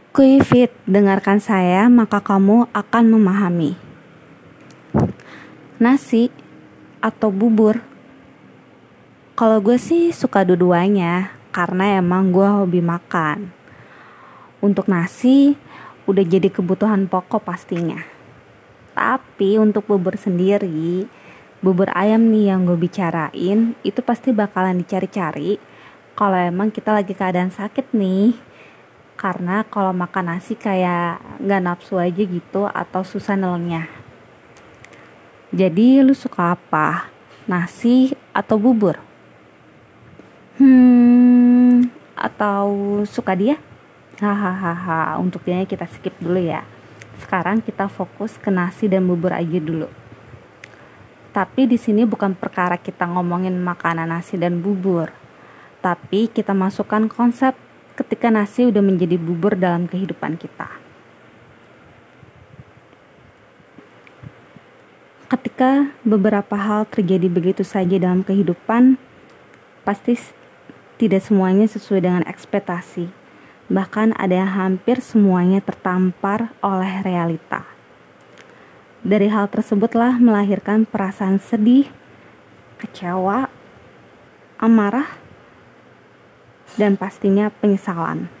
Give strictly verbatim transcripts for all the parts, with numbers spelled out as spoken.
Kuifit, dengarkan saya maka kamu akan memahami. Nasi atau bubur? Kalau gue sih suka dua-duanya, karena emang gue hobi makan. Untuk nasi, udah jadi kebutuhan pokok pastinya. Tapi untuk bubur sendiri, bubur ayam nih yang gue bicarain, itu pasti bakalan dicari-cari kalau emang kita lagi keadaan sakit nih. Karena kalau makan nasi kayak gak nafsu aja gitu atau susah nelennya. Jadi lu suka apa? Nasi atau bubur? Hmm, atau suka dia? Hahaha, untuk dia kita skip dulu ya. Sekarang kita fokus ke nasi dan bubur aja dulu. Tapi di sini bukan perkara kita ngomongin makanan nasi dan bubur. Tapi kita masukkan konsep ketika nasi udah menjadi bubur dalam kehidupan kita. Ketika beberapa hal terjadi begitu saja dalam kehidupan, pasti tidak semuanya sesuai dengan ekspektasi. Bahkan ada yang hampir semuanya tertampar oleh realita. Dari hal tersebutlah melahirkan perasaan sedih, kecewa, amarah, dan pastinya penyesalan.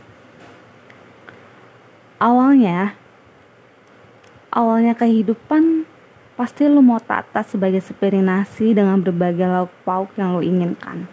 Awalnya, awalnya kehidupan pasti lu mau tata sebagai sepiring nasi dengan berbagai lauk pauk yang lu inginkan.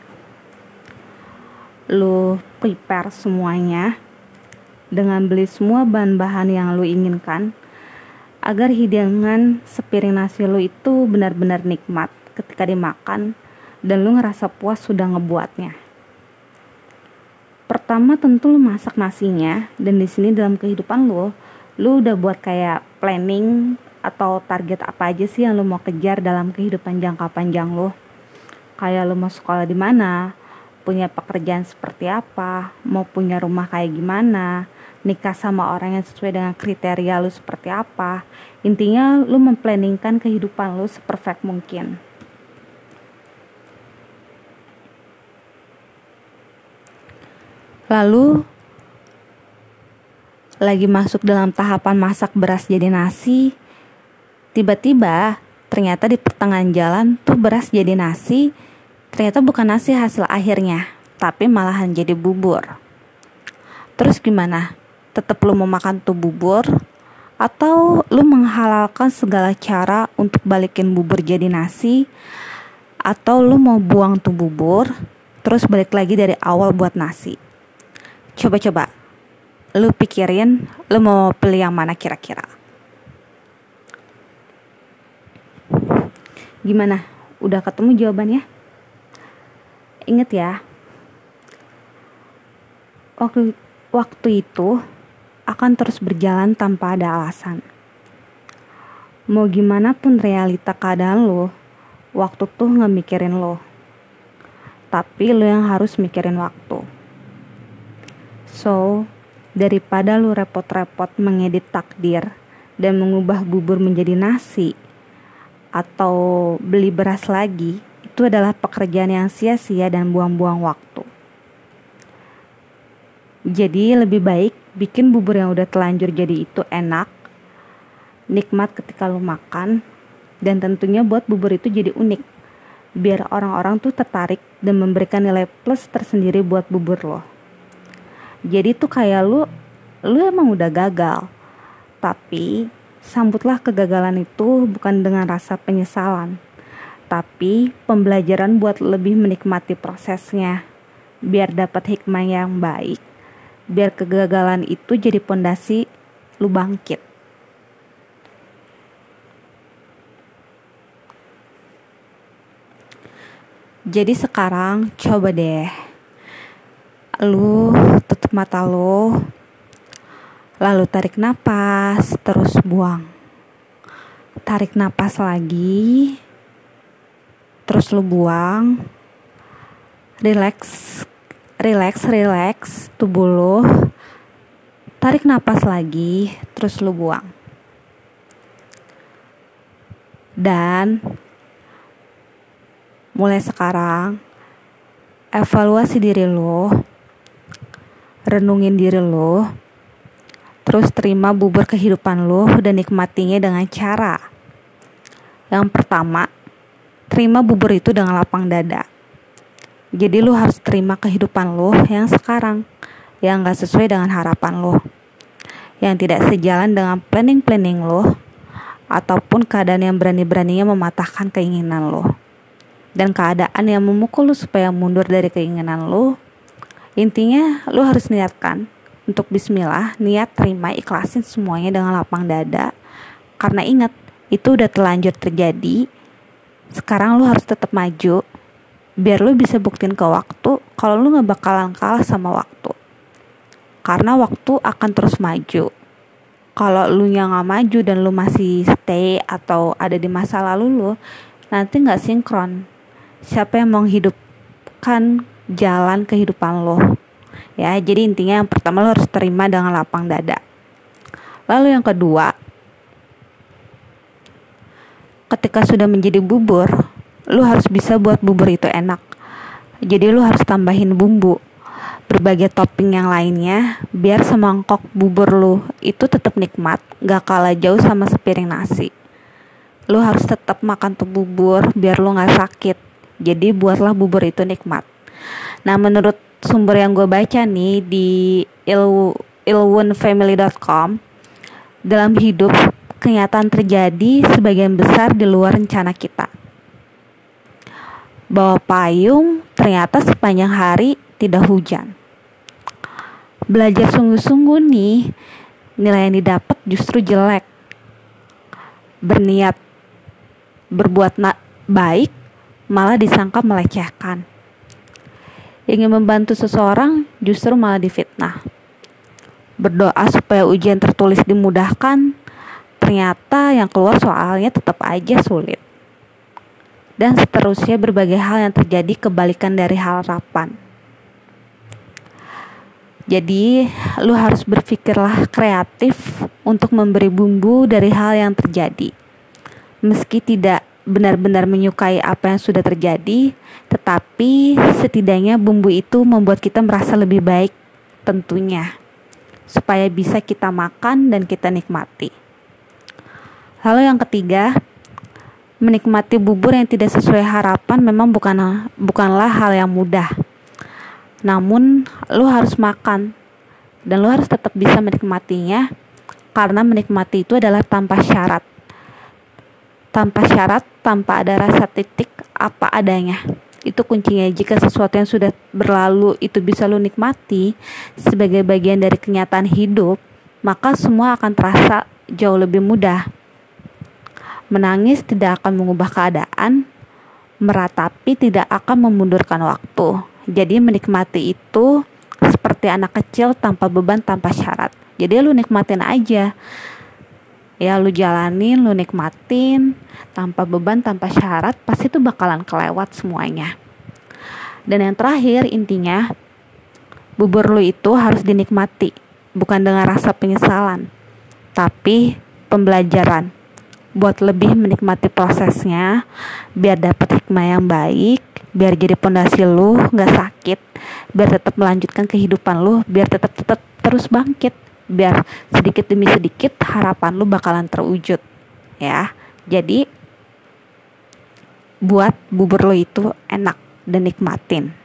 Lu prepare semuanya dengan beli semua bahan-bahan yang lu inginkan agar hidangan sepiring nasi lu itu benar-benar nikmat ketika dimakan dan lu ngerasa puas sudah ngebuatnya. Pertama tentu lu masak nasinya, dan di sini dalam kehidupan lu, lu udah buat kayak planning atau target apa aja sih yang lu mau kejar dalam kehidupan jangka panjang lu. Kayak lu mau sekolah di mana, punya pekerjaan seperti apa, mau punya rumah kayak gimana, nikah sama orang yang sesuai dengan kriteria lu seperti apa. Intinya lu memplanningkan kehidupan lu seperfect mungkin. Lalu lagi masuk dalam tahapan masak beras jadi nasi, tiba-tiba ternyata di pertengahan jalan tuh beras jadi nasi, ternyata bukan nasi hasil akhirnya, tapi malahan jadi bubur. Terus gimana? Tetap lu mau makan tuh bubur? Atau lu menghalalkan segala cara untuk balikin bubur jadi nasi? Atau lu mau buang tuh bubur, terus balik lagi dari awal buat nasi? Coba-coba, lu pikirin, lu mau pilih yang mana kira-kira? Gimana? Udah ketemu jawabannya? Ingat ya, waktu, waktu itu akan terus berjalan tanpa ada alasan. Mau gimana pun realita keadaan lo, waktu tuh gak mikirin lo. Tapi lo yang harus mikirin waktu. So, daripada lu repot-repot mengedit takdir dan mengubah bubur menjadi nasi atau beli beras lagi, itu adalah pekerjaan yang sia-sia dan buang-buang waktu. Jadi lebih baik bikin bubur yang udah telanjur jadi itu enak, nikmat ketika lu makan, dan tentunya buat bubur itu jadi unik, biar orang-orang tuh tertarik dan memberikan nilai plus tersendiri buat bubur lo. Jadi tuh kayak lu, lu emang udah gagal. Tapi sambutlah kegagalan itu bukan dengan rasa penyesalan, tapi pembelajaran buat lebih menikmati prosesnya. Biar dapat hikmah yang baik, biar kegagalan itu jadi pondasi lu bangkit. Jadi sekarang coba deh, lu tutup mata lu, lalu tarik napas, terus buang. Tarik napas lagi, terus lu buang. Relax, relax, relax tubuh lu. Tarik napas lagi, terus lu buang. Dan mulai sekarang evaluasi diri lu, renungin diri lo, Terus terima bubur kehidupan lo dan nikmatinya dengan cara. Yang pertama, terima bubur itu dengan lapang dada. Jadi lo harus terima kehidupan lo yang sekarang, yang gak sesuai dengan harapan lo, yang tidak sejalan dengan planning-planning lo, ataupun keadaan yang berani-beraninya mematahkan keinginan lo, dan keadaan yang memukul lo supaya mundur dari keinginan lo. Intinya lo harus niatkan untuk bismillah, niat terima, ikhlasin semuanya dengan lapang dada. Karena ingat, itu udah terlanjur terjadi. Sekarang lu harus tetap maju, biar lu bisa buktiin ke waktu kalau lu gak bakalan kalah sama waktu. Karena waktu akan terus maju. Kalau lu yang gak maju dan lu masih stay atau ada di masa lalu lu, nanti gak sinkron. Siapa yang mau hidupkan jalan kehidupan lo? Ya, jadi intinya yang pertama lo harus terima dengan lapang dada. Lalu yang kedua, ketika sudah menjadi bubur, lo harus bisa buat bubur itu enak. Jadi lo harus tambahin bumbu, berbagai topping yang lainnya, biar semangkok bubur lo itu tetap nikmat, gak kalah jauh sama sepiring nasi. Lo harus tetap makan tuh bubur biar lo gak sakit. Jadi buatlah bubur itu nikmat. Nah, menurut sumber yang gue baca nih di ilwunfamily dot com, dalam hidup kenyataan terjadi sebagian besar di luar rencana kita. Bawa payung, ternyata sepanjang hari tidak hujan. Belajar sungguh-sungguh nih, nilai yang didapat justru jelek. Berniat berbuat na- baik malah disangka melecehkan. Ingin membantu seseorang justru malah difitnah. Berdoa supaya ujian tertulis dimudahkan, ternyata yang keluar soalnya tetap aja sulit. Dan seterusnya berbagai hal yang terjadi kebalikan dari harapan. Jadi lu harus berpikirlah kreatif untuk memberi bumbu dari hal yang terjadi. Meski tidak benar-benar menyukai apa yang sudah terjadi, tetapi setidaknya bumbu itu membuat kita merasa lebih baik tentunya, supaya bisa kita makan dan kita nikmati. Lalu yang ketiga, menikmati bubur yang tidak sesuai harapan memang bukan bukanlah hal yang mudah. Namun lo harus makan dan lo harus tetap bisa menikmatinya, karena menikmati itu adalah tanpa syarat. Tanpa syarat, tanpa ada rasa titik apa adanya. Itu kuncinya. Jika sesuatu yang sudah berlalu itu bisa lo nikmati sebagai bagian dari kenyataan hidup, maka semua akan terasa jauh lebih mudah. Menangis tidak akan mengubah keadaan, meratapi tidak akan memundurkan waktu. Jadi menikmati itu seperti anak kecil tanpa beban, tanpa syarat. Jadi lo nikmatin aja. Ya, lu jalanin, lu nikmatin tanpa beban, tanpa syarat, pasti itu bakalan kelewat semuanya. Dan yang terakhir, intinya bubur lu itu harus dinikmati, bukan dengan rasa penyesalan, tapi pembelajaran buat lebih menikmati prosesnya, biar dapat hikmah yang baik, biar jadi pondasi lu gak sakit, biar tetap melanjutkan kehidupan lu, biar tetap tetap terus bangkit, biar sedikit demi sedikit harapan lu bakalan terwujud, ya. Jadi buat bubur lu itu enak dan nikmatin.